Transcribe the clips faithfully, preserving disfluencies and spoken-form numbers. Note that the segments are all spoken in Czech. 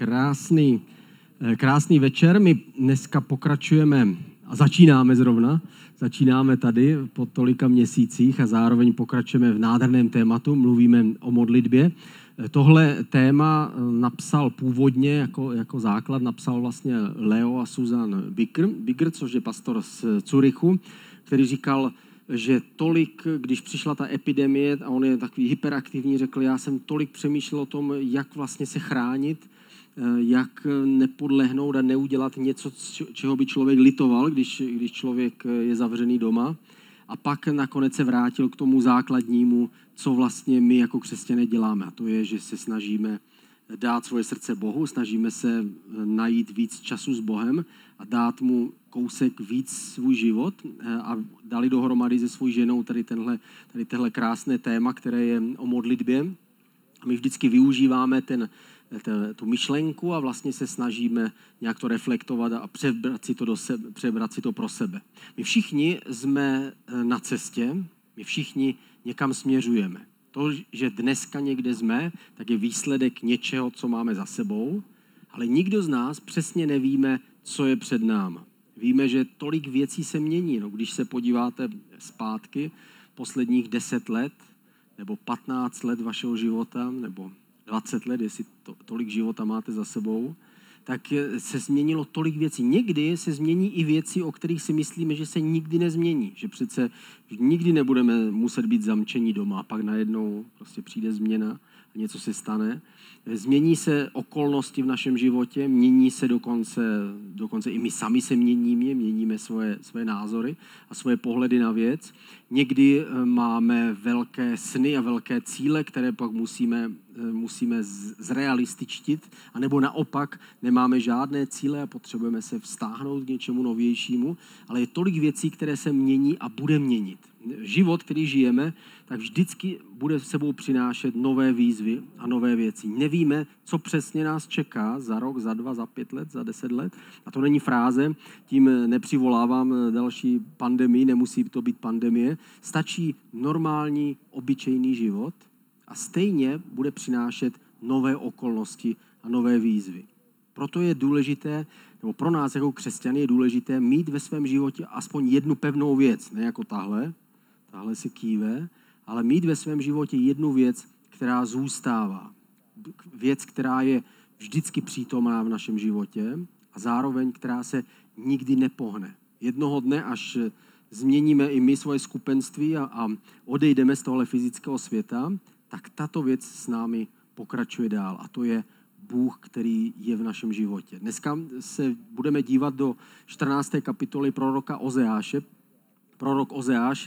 Krásný, krásný večer. My dneska pokračujeme a začínáme zrovna. Začínáme tady po tolika měsících a zároveň pokračujeme v nádherném tématu. Mluvíme o modlitbě. Tohle téma napsal původně jako, jako základ, napsal vlastně Leo a Susan Bigger, Bigger, což je pastor z Curychu, který říkal, že tolik, když přišla ta epidemie a on je takový hyperaktivní, řekl, já jsem tolik přemýšlel o tom, jak vlastně se chránit, jak nepodlehnout a neudělat něco, čeho by člověk litoval, když, když člověk je zavřený doma. A pak nakonec se vrátil k tomu základnímu, co vlastně my jako křesťané děláme. A to je, že se snažíme dát svoje srdce Bohu, snažíme se najít víc času s Bohem a dát mu kousek víc svůj život. A dali dohromady se svou ženou tady, tenhle, tady tenhle krásné téma, které je o modlitbě. A my vždycky využíváme ten, ten, tu myšlenku a vlastně se snažíme nějak to reflektovat a přebrat si to, do sebe, přebrat si to pro sebe. My všichni jsme na cestě, my všichni někam směřujeme. To, že dneska někde jsme, tak je výsledek něčeho, co máme za sebou, ale nikdo z nás přesně nevíme, co je před námi. Víme, že tolik věcí se mění. No, když se podíváte zpátky, posledních deset let, nebo patnáct let vašeho života, nebo dvacet let, jestli to, tolik života máte za sebou, tak se změnilo tolik věcí. Někdy se změní i věci, o kterých si myslíme, že se nikdy nezmění. Že přece nikdy nebudeme muset být zamčení doma. A pak najednou prostě přijde změna a něco se stane. Změní se okolnosti v našem životě, mění se dokonce, dokonce i my sami se měníme, měníme svoje, svoje názory a svoje pohledy na věc. Někdy máme velké sny a velké cíle, které pak musíme, musíme zrealističtit, anebo naopak nemáme žádné cíle a potřebujeme se vztáhnout k něčemu novějšímu, ale je tolik věcí, které se mění a bude měnit. Život, který žijeme, tak vždycky bude s sebou přinášet nové výzvy a nové věci. Nevíme, co přesně nás čeká za rok, za dva, za pět let, za deset let. A to není fráze, tím nepřivolávám další pandemii, nemusí to být pandemie. Stačí normální, obyčejný život a stejně bude přinášet nové okolnosti a nové výzvy. Proto je důležité, nebo pro nás jako křesťany je důležité mít ve svém životě aspoň jednu pevnou věc, ne jako tahle, tahle si kýve, ale mít ve svém životě jednu věc, která zůstává. Věc, která je vždycky přítomná v našem životě a zároveň, která se nikdy nepohne. Jednoho dne, až změníme i my svoje skupenství a, a odejdeme z tohle fyzického světa, tak tato věc s námi pokračuje dál. A to je Bůh, který je v našem životě. Dneska se budeme dívat do čtrnácté kapitoly proroka Ozeáše. Prorok Ozeáš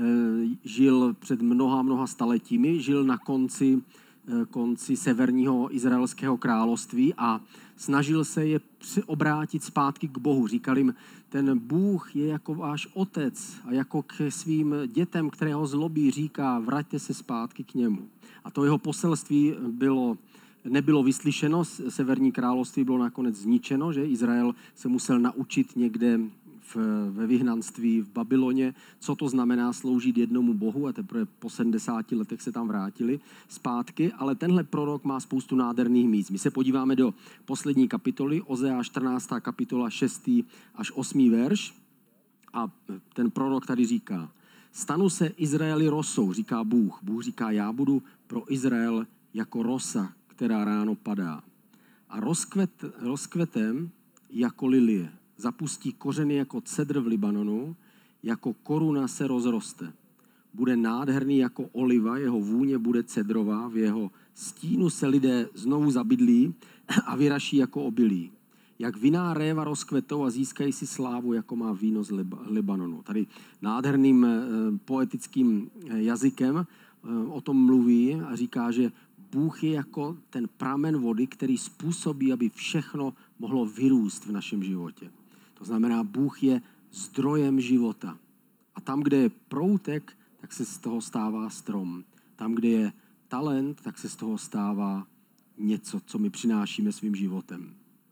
žil před mnoha, mnoha staletími, žil na konci, konci severního izraelského království a snažil se je obrátit zpátky k Bohu. Říkal jim, ten Bůh je jako váš otec a jako k svým dětem, které ho zlobí, říká, vraťte se zpátky k němu. A to jeho poselství bylo, nebylo vyslyšeno, severní království bylo nakonec zničeno, že Izrael se musel naučit někde v, ve vyhnanství v Babyloně, co to znamená sloužit jednomu Bohu a teprve po sedmdesáti letech se tam vrátili zpátky, ale tenhle prorok má spoustu nádherných míst. My se podíváme do poslední kapitoly, Ozeáš čtrnáctá kapitola, šestý až osmý verš a ten prorok tady říká, stanu se Izraeli rosou, říká Bůh. Bůh říká, já budu pro Izrael jako rosa, která ráno padá. A rozkvet, rozkvetem jako lilie. Zapustí kořeny jako cedr v Libanonu, jako koruna se rozroste. Bude nádherný jako oliva, jeho vůně bude cedrová, v jeho stínu se lidé znovu zabydlí a vyraší jako obilí. Jak vinná réva rozkvetou a získají si slávu, jako má víno z Libanonu. Tady nádherným poetickým jazykem o tom mluví a říká, že Bůh je jako ten pramen vody, který způsobí, aby všechno mohlo vyrůst v našem životě. To znamená, Bůh je zdrojem života. A tam, kde je proutek, tak se z toho stává strom. Tam, kde je talent, tak se z toho stává něco, co my přinášíme svým životem.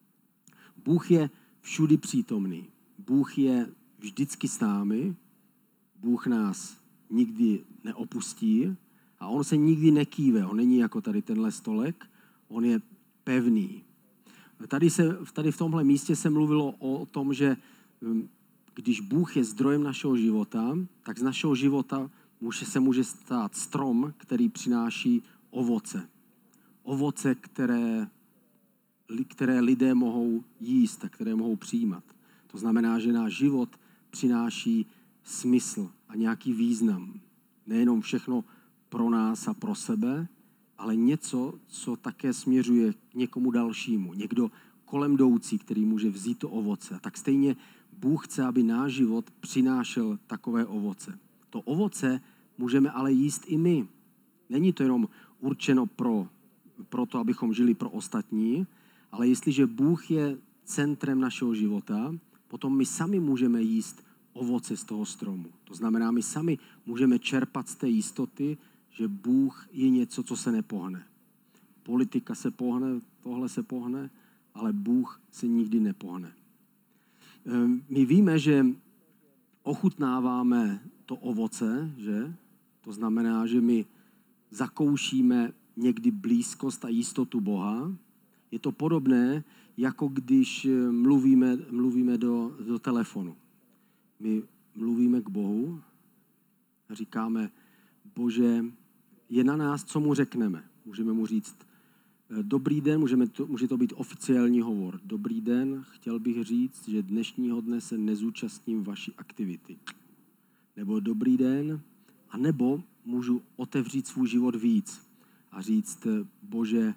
Bůh je všudy přítomný. Bůh je vždycky s námi. Bůh nás nikdy neopustí a on se nikdy nekýve. On není jako tady tenhle stolek, on je pevný. Tady, se, tady v tomhle místě se mluvilo o tom, že když Bůh je zdrojem našeho života, tak z našeho života může, se může stát strom, který přináší ovoce. Ovoce, které, které lidé mohou jíst a které mohou přijímat. To znamená, že náš život přináší smysl a nějaký význam. Nejenom všechno pro nás a pro sebe, ale něco, co také směřuje k někomu dalšímu. Někdo kolem jdoucí, který může vzít to ovoce. Tak stejně Bůh chce, aby náš život přinášel takové ovoce. To ovoce můžeme ale jíst i my. Není to jenom určeno pro, pro to, abychom žili pro ostatní, ale jestliže Bůh je centrem našeho života, potom my sami můžeme jíst ovoce z toho stromu. To znamená, my sami můžeme čerpat z té jistoty, že Bůh je něco, co se nepohne. Politika se pohne, tohle se pohne, ale Bůh se nikdy nepohne. My víme, že ochutnáváme to ovoce, že? To znamená, že my zakoušíme někdy blízkost a jistotu Boha. Je to podobné, jako když mluvíme, mluvíme do, do telefonu. My mluvíme k Bohu a říkáme, Bože, je na nás, co mu řekneme. Můžeme mu říct, dobrý den, můžeme to, může to být oficiální hovor. Dobrý den, chtěl bych říct, že dnešního dne se nezúčastním vaší aktivity. Nebo dobrý den, a nebo můžu otevřít svůj život víc a říct, Bože,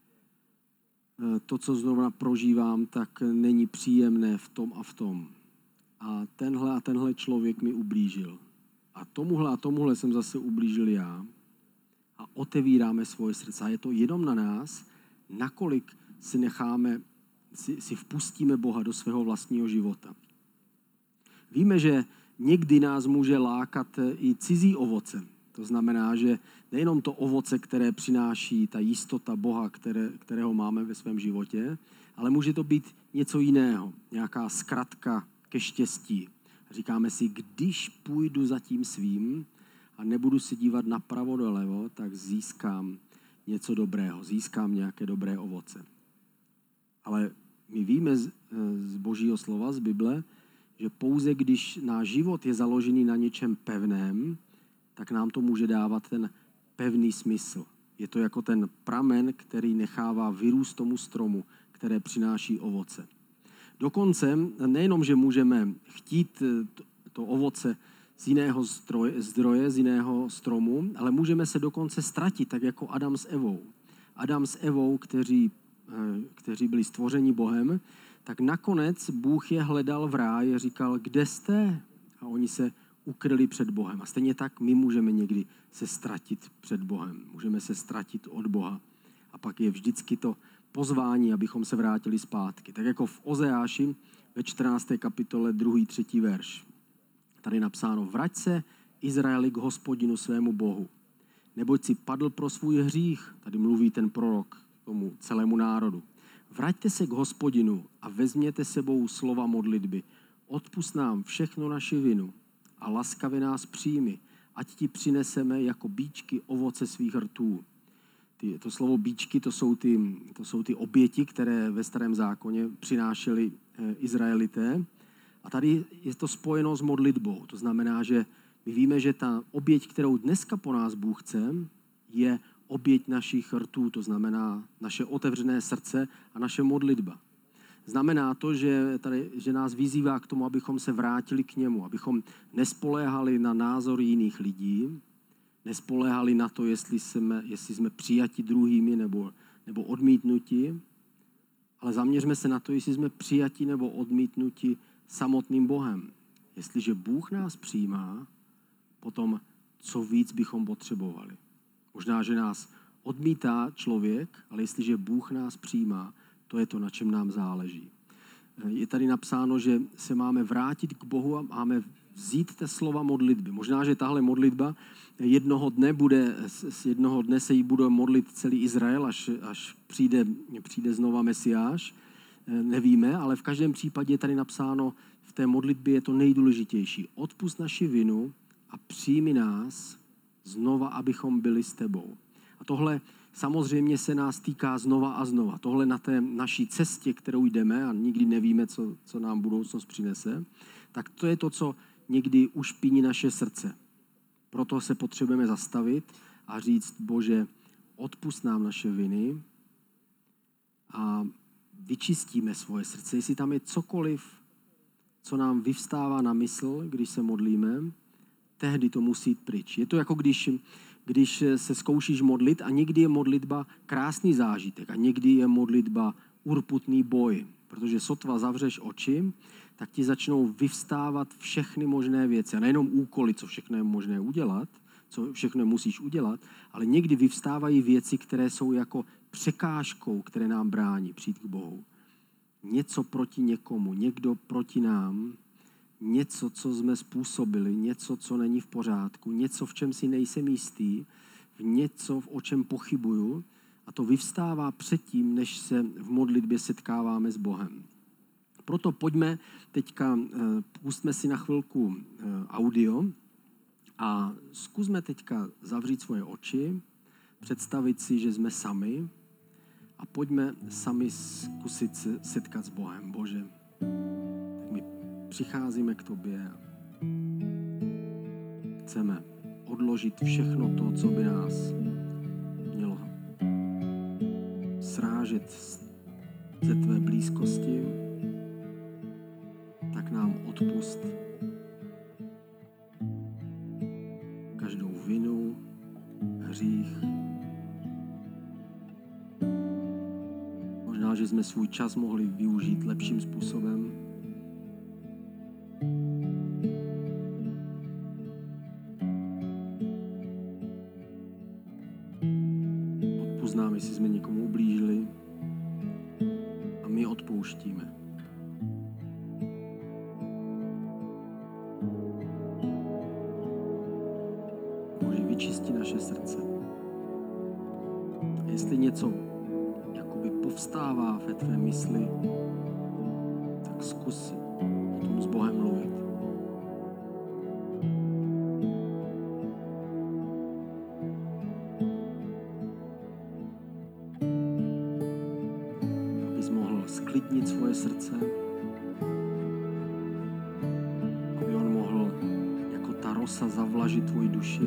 to, co zrovna prožívám, tak není příjemné v tom a v tom. A tenhle a tenhle člověk mi ublížil. A tomuhle a tomuhle jsem zase ublížil já. A otevíráme svoje srdce. A je to jenom na nás, nakolik si necháme, si, si vpustíme Boha do svého vlastního života. Víme, že někdy nás může lákat i cizí ovoce. To znamená, že nejenom to ovoce, které přináší ta jistota Boha, které, kterého máme ve svém životě, ale může to být něco jiného, nějaká zkratka ke štěstí. Říkáme si, když půjdu za tím svým a nebudu se dívat napravo dolevo, tak získám něco dobrého, získám nějaké dobré ovoce. Ale my víme z, z Božího slova, z Bible, že pouze když náš život je založený na něčem pevném, tak nám to může dávat ten pevný smysl. Je to jako ten pramen, který nechává vyrůst tomu stromu, které přináší ovoce. Dokonce nejenom, že můžeme chtít to ovoce z jiného zdroje, zdroje, z jiného stromu, ale můžeme se dokonce ztratit, tak jako Adam s Evou. Adam s Evou, kteří, kteří byli stvořeni Bohem, tak nakonec Bůh je hledal v ráji a říkal, kde jste? A oni se ukryli před Bohem. A stejně tak my můžeme někdy se ztratit před Bohem. Můžeme se ztratit od Boha. A pak je vždycky to pozvání, abychom se vrátili zpátky. Tak jako v Ozeáši ve čtrnácté kapitole druhý třetí verš. Tady je napsáno, vrať se Izraeli k Hospodinu svému Bohu, neboť si padl pro svůj hřích. Tady mluví ten prorok tomu celému národu. Vraťte se k Hospodinu a vezměte sebou slova modlitby. Odpusť nám všechno naši vinu a laskavě nás přijmi, ať ti přineseme jako bíčky ovoce svých rtů. Ty, to slovo bíčky, to jsou, ty, to jsou ty oběti, které ve Starém zákoně přinášeli eh, Izraelité. A tady je to spojeno s modlitbou. To znamená, že my víme, že ta oběť, kterou dneska po nás Bůh chce, je oběť našich rtů, to znamená naše otevřené srdce a naše modlitba. Znamená to, že, tady, že nás vyzývá k tomu, abychom se vrátili k němu, abychom nespoléhali na názor jiných lidí, nespoléhali na to, jestli jsme, jestli jsme přijati druhými nebo, nebo odmítnuti, ale zaměřme se na to, jestli jsme přijati nebo odmítnuti samotným Bohem. Jestliže Bůh nás přijímá, potom co víc bychom potřebovali. Možná, že nás odmítá člověk, ale jestliže Bůh nás přijímá, to je to, na čem nám záleží. Je tady napsáno, že se máme vrátit k Bohu a máme vzít té slova modlitby. Možná, že tahle modlitba jednoho dne bude, z jednoho dne se jí bude modlit celý Izrael, až, až přijde, přijde znova Mesiáš. Nevíme, ale v každém případě je tady napsáno, v té modlitbě je to nejdůležitější. Odpusť naši vinu a přijmi nás znova, abychom byli s tebou. A tohle samozřejmě se nás týká znova a znova. Tohle na té naší cestě, kterou jdeme a nikdy nevíme, co, co nám budoucnost přinese, tak to je to, co někdy ušpiní naše srdce. Proto se potřebujeme zastavit a říct, Bože, odpusť nám naše viny a vyčistíme svoje srdce. Jestli tam je cokoliv, co nám vyvstává na mysl, když se modlíme, tehdy to musí jít pryč. Je to jako když, když se zkoušíš modlit a někdy je modlitba krásný zážitek a někdy je modlitba urputný boj. Protože sotva zavřeš oči, tak ti začnou vyvstávat všechny možné věci. A nejenom úkoly, co všechno je možné udělat, co všechno musíš udělat, ale někdy vyvstávají věci, které jsou jako překážkou, které nám brání přijít k Bohu. Něco proti někomu, někdo proti nám, něco, co jsme způsobili, něco, co není v pořádku, něco, v čem si nejsem jistý, něco, o čem pochybuju, a to vyvstává předtím, než se v modlitbě setkáváme s Bohem. Proto pojďme teďka, pustme si na chvilku audio a zkusme teďka zavřít svoje oči, představit si, že jsme sami a pojďme sami zkusit se setkat s Bohem. Bože, tak my přicházíme k tobě a chceme odložit všechno to, co by nás mělo srážet ze tvé blízkosti, tak nám odpusť každou vinu, hřích. Možná, že jsme svůj čas mohli využít lepším způsobem. Odpusť nám, jestli jsme někomu ublížili, a my odpouštíme. Bože, vyčisti naše srdce. A jestli něco jakoby povstává ve tvé mysli, tak zkus o tom s Bohem mluvit. Abys mohl sklidnit svoje srdce, aby on mohl jako ta rosa zavlažit tvoji duši.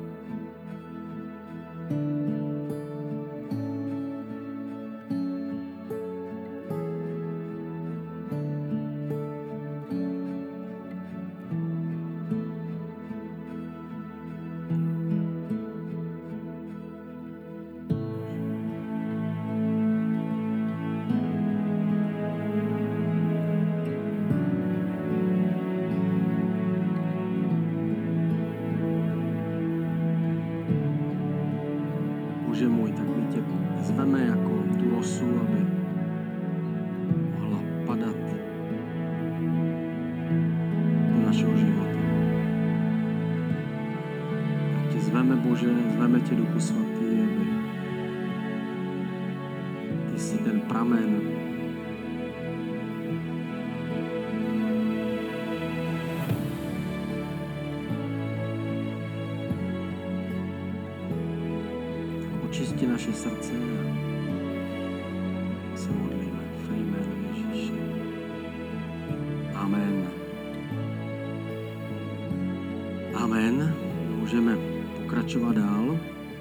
Bože můj, tak my tě zveme jako tu rosu, aby mohla padat do našeho života. Tak tě zveme, Bože, zveme tě, Duchu Svatý, aby ty jsi ten pramen, očisti naše srdce a se modlíme v jménu Ježíše. Amen. Amen. Můžeme pokračovat dál.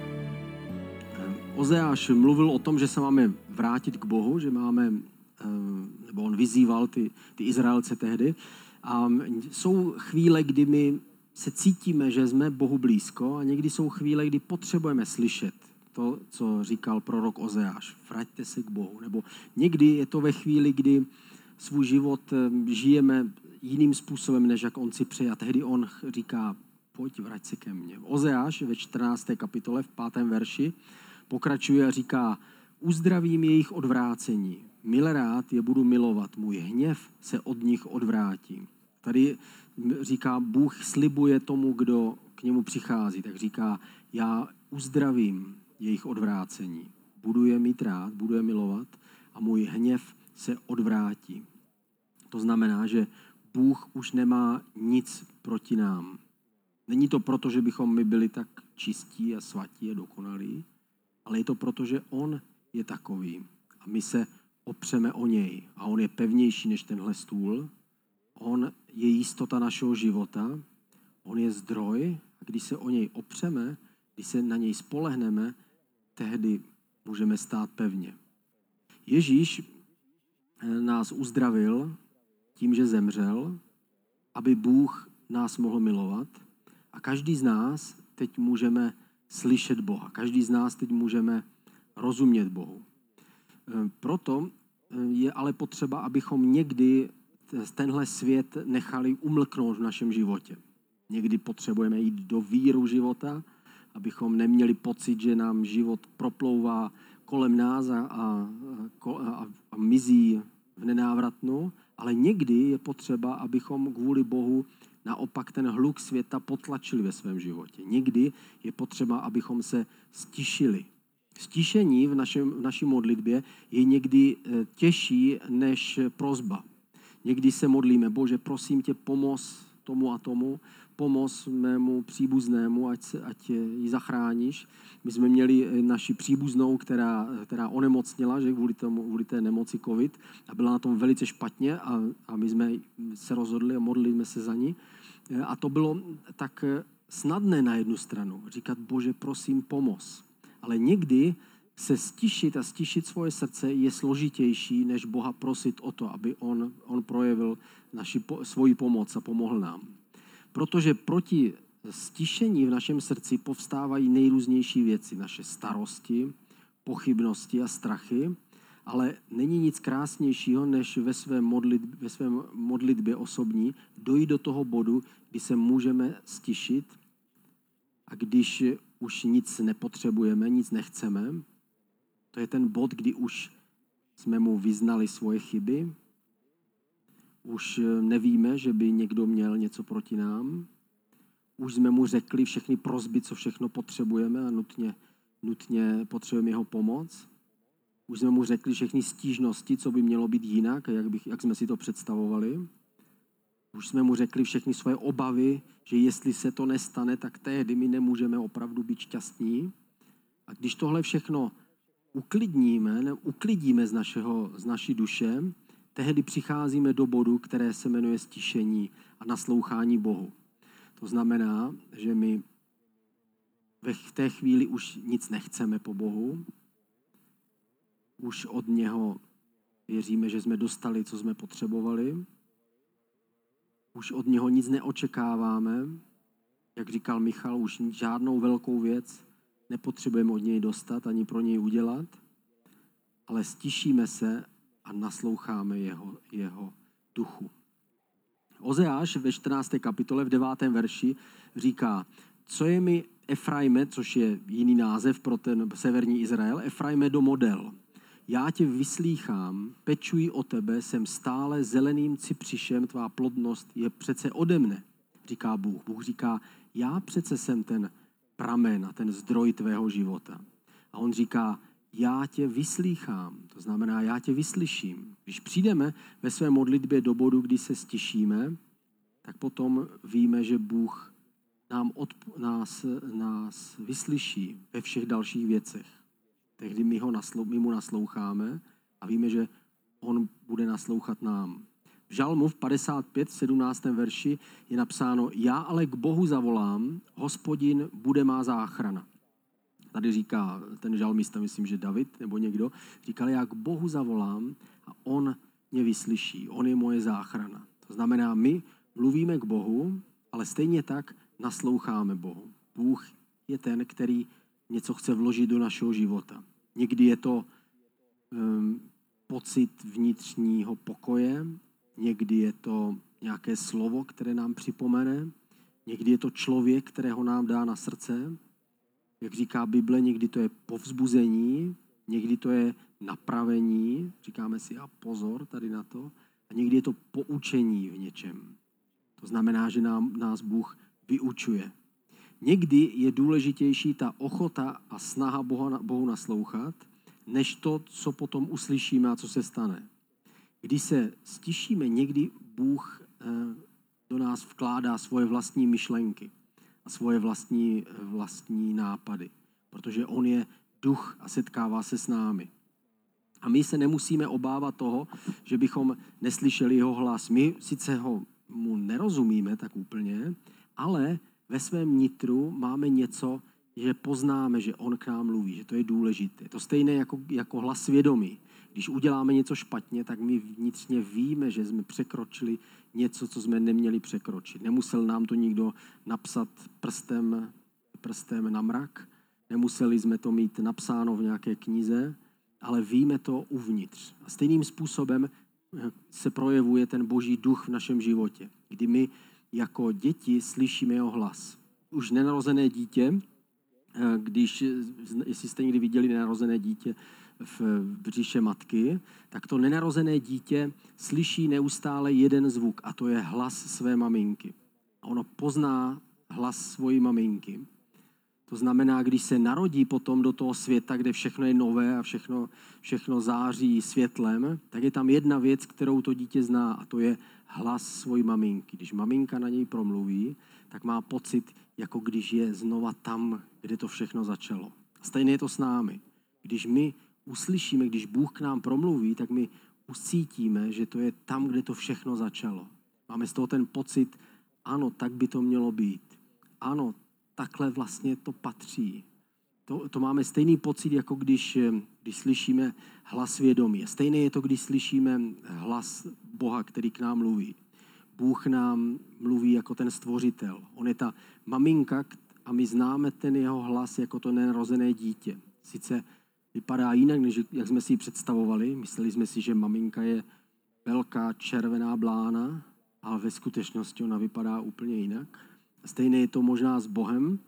Ozeáš mluvil o tom, že se máme vrátit k Bohu, že máme, nebo on vyzýval ty, ty Izraelce tehdy. A jsou chvíle, kdy my se cítíme, že jsme Bohu blízko, a někdy jsou chvíle, kdy potřebujeme slyšet to, co říkal prorok Ozeáš. Vraťte se k Bohu. Nebo někdy je to ve chvíli, kdy svůj život žijeme jiným způsobem, než jak on si přeje. A tehdy on říká, pojď, vrať se ke mně. Ozeáš ve čtrnácté kapitole v pátém verši pokračuje a říká, uzdravím jejich odvrácení. Milerád je budu milovat, můj hněv se od nich odvrátí. Tady říká, Bůh slibuje tomu, kdo k němu přichází. Tak říká, já uzdravím jejich odvrácení. Budu je mít rád, budu je milovat a můj hněv se odvrátí. To znamená, že Bůh už nemá nic proti nám. Není to proto, že bychom my byli tak čistí a svatí a dokonalí, ale je to proto, že on je takový. A my se opřeme o něj. A on je pevnější než tenhle stůl. On je jistota našeho života. On je zdroj. A když se o něj opřeme, když se na něj spolehneme, tehdy můžeme stát pevně. Ježíš nás uzdravil tím, že zemřel, aby Bůh nás mohl milovat. A každý z nás teď můžeme slyšet Boha. Každý z nás teď můžeme rozumět Bohu. Proto je ale potřeba, abychom někdy tenhle svět nechali umlknout v našem životě. Někdy potřebujeme jít do víru života, abychom neměli pocit, že nám život proplouvá kolem nás a, a, a, a mizí v nenávratnu, ale někdy je potřeba, abychom kvůli Bohu naopak ten hluk světa potlačili ve svém životě. Někdy je potřeba, abychom se stišili. Stišení v, našem, v naší modlitbě je někdy těžší než prosba. Někdy se modlíme, Bože, prosím tě, pomoz tomu a tomu, pomoz mému příbuznému, ať, se, ať ji zachráníš. My jsme měli naši příbuznou, která, která onemocněla, že kvůli, tomu, kvůli té nemoci covid a byla na tom velice špatně a, a my jsme se rozhodli a modlili jsme se za ní. A to bylo tak snadné na jednu stranu, říkat, Bože, prosím, pomoz. Ale někdy se stišit a stišit svoje srdce je složitější, než Boha prosit o to, aby on, on projevil naši, svoji pomoc a pomohl nám. Protože proti stišení v našem srdci povstávají nejrůznější věci, naše starosti, pochybnosti a strachy, ale není nic krásnějšího, než ve své, modlitbě, ve své modlitbě osobní dojít do toho bodu, kdy se můžeme stišit a když už nic nepotřebujeme, nic nechceme, to je ten bod, kdy už jsme mu vyznali svoje chyby, už nevíme, že by někdo měl něco proti nám, už jsme mu řekli všechny prosby, co všechno potřebujeme a nutně, nutně potřebujeme jeho pomoc. Už jsme mu řekli všechny stížnosti, co by mělo být jinak, jak, bych, jak jsme si to představovali. Už jsme mu řekli všechny svoje obavy, že jestli se to nestane, tak tehdy my nemůžeme opravdu být šťastní. A když tohle všechno uklidníme, ne, uklidíme z, našeho, z naší duše, tehdy přicházíme do bodu, které se jmenuje stišení a naslouchání Bohu. To znamená, že my v té chvíli už nic nechceme po Bohu, už od něho věříme, že jsme dostali, co jsme potřebovali, už od něho nic neočekáváme, jak říkal Michal, už žádnou velkou věc nepotřebujeme od něj dostat, ani pro něj udělat, ale stišíme se a nasloucháme jeho, jeho duchu. Ozeáš ve čtrnácté kapitole v devátém verši říká, co je mi Efraime, což je jiný název pro ten severní Izrael, Efraime do model. Já tě vyslýchám, pečuji o tebe, jsem stále zeleným cypřišem, tvá plodnost je přece ode mne, říká Bůh. Bůh říká, já přece jsem ten pramen a ten zdroj tvého života. A on říká, já tě vyslýchám, to znamená, já tě vyslyším. Když přijdeme ve své modlitbě do bodu, kdy se stišíme, tak potom víme, že Bůh nám od, nás, nás vyslyší ve všech dalších věcech. Tehdy my, ho naslou, my mu nasloucháme a víme, že on bude naslouchat nám. V Žalmu v padesát pět, sedmnáctém verši je napsáno, já ale k Bohu zavolám, Hospodin bude má záchrana. Tady říká ten žalmista, myslím, že David nebo někdo, říkal, já k Bohu zavolám a on mě vyslyší, on je moje záchrana. To znamená, my mluvíme k Bohu, ale stejně tak nasloucháme Bohu. Bůh je ten, který něco chce vložit do našeho života. Někdy je to um, pocit vnitřního pokoje, někdy je to nějaké slovo, které nám připomene, někdy je to člověk, kterého nám dá na srdce. Jak říká Bible, někdy to je povzbuzení, někdy to je napravení, říkáme si a pozor tady na to, a někdy je to poučení v něčem. To znamená, že nám, nás Bůh vyučuje. Někdy je důležitější ta ochota a snaha Boha, Bohu naslouchat, než to, co potom uslyšíme a co se stane. Když se stišíme, někdy Bůh do nás vkládá svoje vlastní myšlenky a svoje vlastní, vlastní nápady, protože on je duch a setkává se s námi. A my se nemusíme obávat toho, že bychom neslyšeli jeho hlas. My sice ho mu nerozumíme tak úplně, ale ve svém nitru máme něco, že poznáme, že on k nám mluví, že to je důležité. To stejné jako, jako hlas svědomí. Když uděláme něco špatně, tak my vnitřně víme, že jsme překročili něco, co jsme neměli překročit. Nemusel nám to nikdo napsat prstem, prstem na mrak, nemuseli jsme to mít napsáno v nějaké knize, ale víme to uvnitř. A stejným způsobem se projevuje ten Boží duch v našem životě, kdy my jako děti slyšíme jeho hlas. Už nenarozené dítě, když, jestli jste někdy viděli nenarozené dítě v břiše matky, tak to nenarozené dítě slyší neustále jeden zvuk a to je hlas své maminky. A ono pozná hlas svojí maminky. To znamená, když se narodí potom do toho světa, kde všechno je nové a všechno, všechno září světlem, tak je tam jedna věc, kterou to dítě zná a to je hlas svojí maminky. Když maminka na něj promluví, tak má pocit, jako když je znova tam, kde to všechno začalo. Stejně je to s námi. Když my uslyšíme, když Bůh k nám promluví, tak my uscítíme, že to je tam, kde to všechno začalo. Máme z toho ten pocit, ano, tak by to mělo být. Ano, takhle vlastně to patří. To, to máme stejný pocit, jako když, když slyšíme hlas vědomí. Stejné je to, když slyšíme hlas Boha, který k nám mluví. Bůh nám mluví jako ten stvořitel. On je ta maminka a my známe ten jeho hlas jako to nenarozené dítě. Sice vypadá jinak, než jak jsme si ji představovali. Mysleli jsme si, že maminka je velká červená blána, ale ve skutečnosti ona vypadá úplně jinak. Stejné je to možná s Bohem.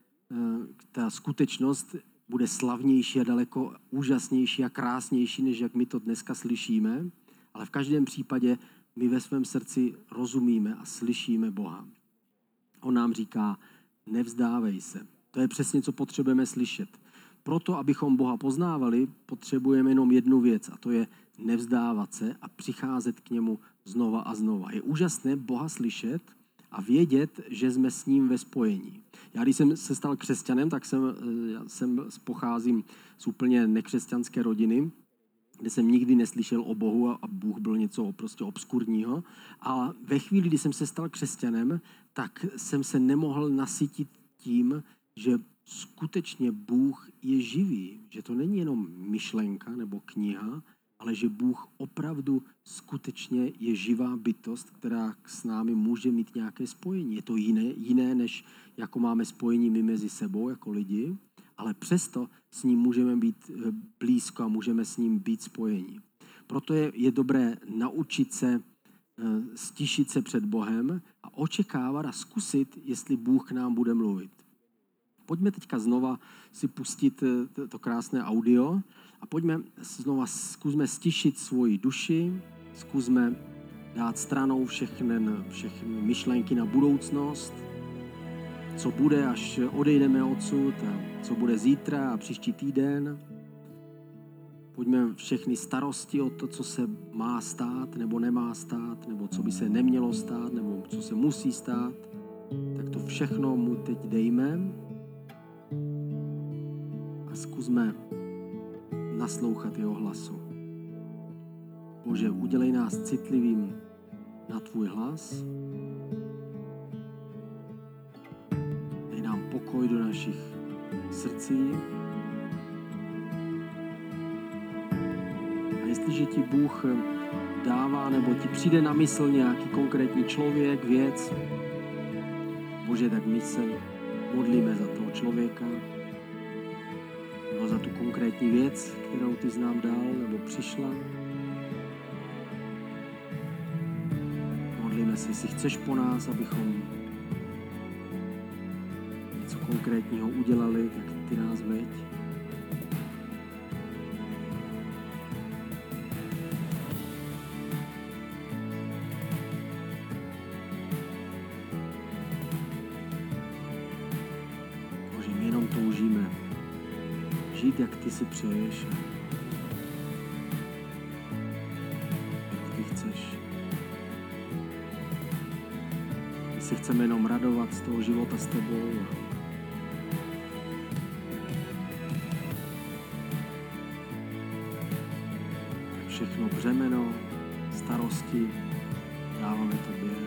Ta skutečnost bude slavnější a daleko úžasnější a krásnější, než jak my to dneska slyšíme. Ale v každém případě my ve svém srdci rozumíme a slyšíme Boha. On nám říká, nevzdávej se. To je přesně, co potřebujeme slyšet. Proto, abychom Boha poznávali, potřebujeme jenom jednu věc a to je nevzdávat se a přicházet k němu znova a znova. Je úžasné Boha slyšet a vědět, že jsme s ním ve spojení. Já když jsem se stal křesťanem, tak jsem, já jsem pocházím z úplně nekřesťanské rodiny, kde jsem nikdy neslyšel o Bohu a Bůh byl něco prostě obskurního. A ve chvíli, kdy jsem se stal křesťanem, tak jsem se nemohl nasytit tím, že skutečně Bůh je živý. Že to není jenom myšlenka nebo kniha, ale že Bůh opravdu skutečně je živá bytost, která s námi může mít nějaké spojení. Je to jiné, jiné než jako máme spojení my mezi sebou jako lidi, ale přesto s ním můžeme být blízko a můžeme s ním být spojení. Proto je, je dobré naučit se, stišit se před Bohem a očekávat a zkusit, jestli Bůh k nám bude mluvit. Pojďme teďka znova si pustit to krásné audio a pojďme znova, zkusme stišit svoji duši, zkusme dát stranou všechny, všechny myšlenky na budoucnost, co bude, až odejdeme odsud, a co bude zítra a příští týden. Pojďme všechny starosti o to, co se má stát nebo nemá stát, nebo co by se nemělo stát, nebo co se musí stát, tak to všechno mu teď dejme a zkusme naslouchat jeho hlasu. Bože, udělej nás citlivým na tvůj hlas. Dej nám pokoj do našich srdcí. A jestliže ti Bůh dává nebo ti přijde na mysl nějaký konkrétní člověk, věc, Bože, tak my se modlíme za toho člověka nebo za tu konkrétní věc, kterou ty jsi nám dal nebo přišla. Modlíme se, jestli chceš po nás, abychom něco konkrétního udělali, tak ty nás veď. Bože, my jenom toužíme žít, jak ty si přeješ, jak ty chceš. My si chceme jenom radovat z toho života s tebou. všechno břemeno, starosti dáváme tobě.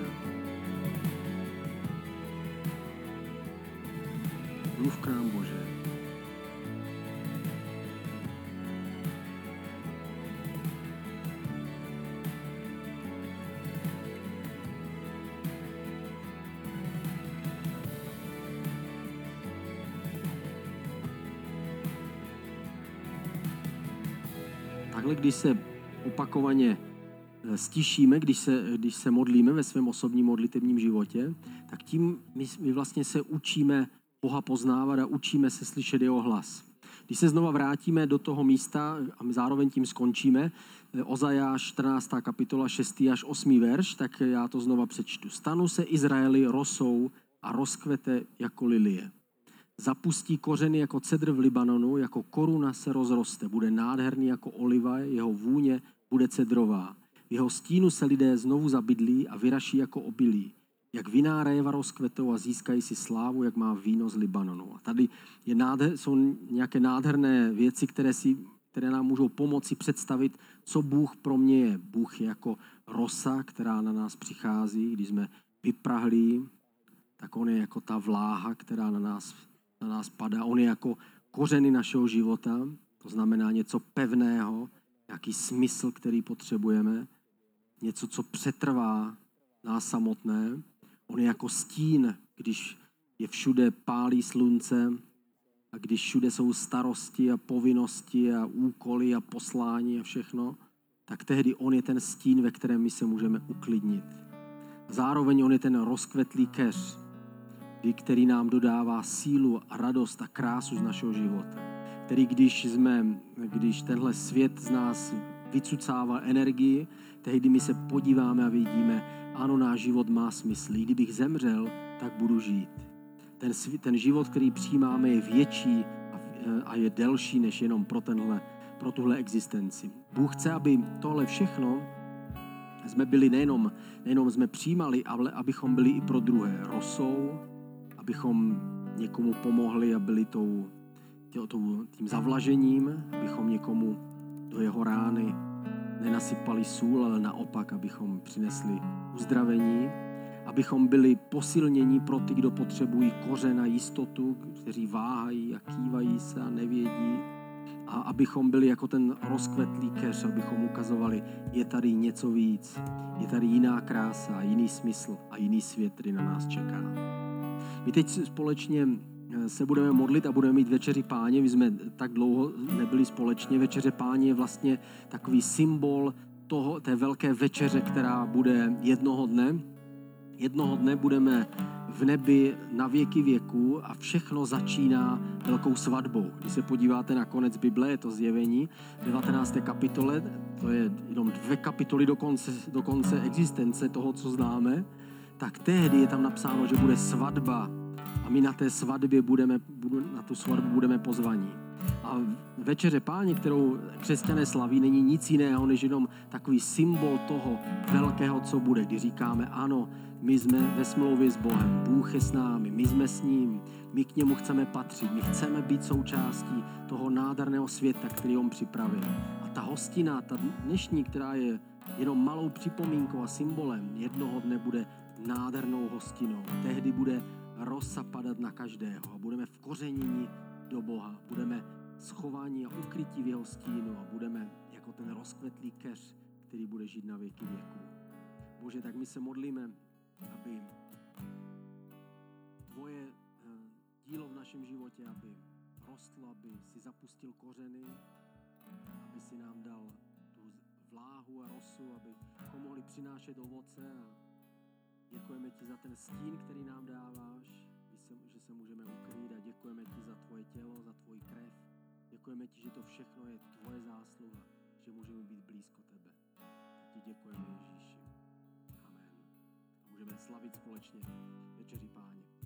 Mluv k nám, Bože. Takhle, když se opakovaně stišíme, když se, když se modlíme ve svém osobním modlitevním životě, tak tím my, my vlastně se učíme Boha poznávat a učíme se slyšet jeho hlas. Když se znova vrátíme do toho místa a my zároveň tím skončíme, Ozajáš čtrnáctá kapitola šestý až osmý verš, tak já to znova přečtu. Stanu se Izraeli rosou a rozkvete jako lilie. Zapustí kořeny jako cedr v Libanonu, jako koruna se rozroste. Bude nádherný jako oliva, jeho vůně bude cedrová. V jeho stínu se lidé znovu zabydlí a vyraší jako obilí. Jak viná réva rozkvetou a získají si slávu, jak má víno z Libanonu. A tady je nádher, jsou nějaké nádherné věci, které, si, které nám můžou pomoci představit, co Bůh pro mě je. Bůh je jako rosa, která na nás přichází, když jsme vyprahlí, tak on je jako ta vláha, která na nás, na nás padá. On je jako kořeny našeho života, to znamená něco pevného, nějaký smysl, který potřebujeme, něco, co přetrvá nás samotné. On je jako stín, když je všude pálí slunce a když všude jsou starosti a povinnosti a úkoly a poslání a všechno, tak tehdy on je ten stín, ve kterém my se můžeme uklidnit. Zároveň on je ten rozkvetlý keř, který nám dodává sílu a radost a krásu z našeho života. Který když jsme, když tenhle svět z nás vycucává energii, tehdy my se podíváme a vidíme, ano, náš život má smysl. I kdybych zemřel, tak budu žít. Ten, ten život, který přijímáme, je větší a, a je delší než jenom pro, tenhle, pro tuhle existenci. Bůh chce, aby tohle všechno jsme byli nejenom, nejenom jsme přijímali, ale abychom byli i pro druhé rosou, abychom někomu pomohli a byli tou, tím zavlažením, abychom někomu do jeho rány nenasypali sůl, ale naopak, abychom přinesli uzdravení, abychom byli posilnění pro ty, kdo potřebují kořen a jistotu, kteří váhají a kývají se a nevědí, a abychom byli jako ten rozkvetlý keř, abychom ukazovali, je tady něco víc, je tady jiná krása, jiný smysl a jiný svět, který na nás čeká. My teď společně se budeme modlit a budeme mít večeři Páně. My jsme tak dlouho nebyli společně. Večeře Páně je vlastně takový symbol toho, té velké večeře, která bude jednoho dne. Jednoho dne budeme v nebi na věky věků a všechno začíná velkou svatbou. Když se podíváte na konec Bible, je to Zjevení, v devatenácté kapitole, to je jenom dvě kapitoly do konce, do konce existence toho, co známe, tak tehdy je tam napsáno, že bude svatba a my na té svatbě budeme, na tu svatbu budeme pozvaní. A večeře Páně, kterou křesťané slaví, není nic jiného, než jenom takový symbol toho velkého, co bude, kdy říkáme, ano, my jsme ve smlouvě s Bohem, Bůh je s námi, my jsme s ním, my k němu chceme patřit, my chceme být součástí toho nádherného světa, který on připravil. A ta hostina, ta dnešní, která je jenom malou připomínkou a symbolem, jednoho dne bude nádhernou hostinou. Tehdy bude rosa padat na každého a budeme vkořeněni do Boha, budeme schovaní a ukrytí v jeho stínu a budeme jako ten rozkvetlý keř, který bude žít na věky věků. Bože, tak my se modlíme, aby tvoje dílo v našem životě, aby rostlo, aby si zapustil kořeny, aby si nám dal tu vláhu a rosu, abychom mohli přinášet ovoce a děkujeme ti za ten stín, který nám dáváš, že se můžeme ukrýt a děkujeme ti za tvoje tělo, za tvoji krev. Děkujeme ti, že to všechno je tvoje zásluha, že můžeme být blízko tebe. Tak ti děkujeme, Ježíši. Amen. A můžeme slavit společně večeři Páně.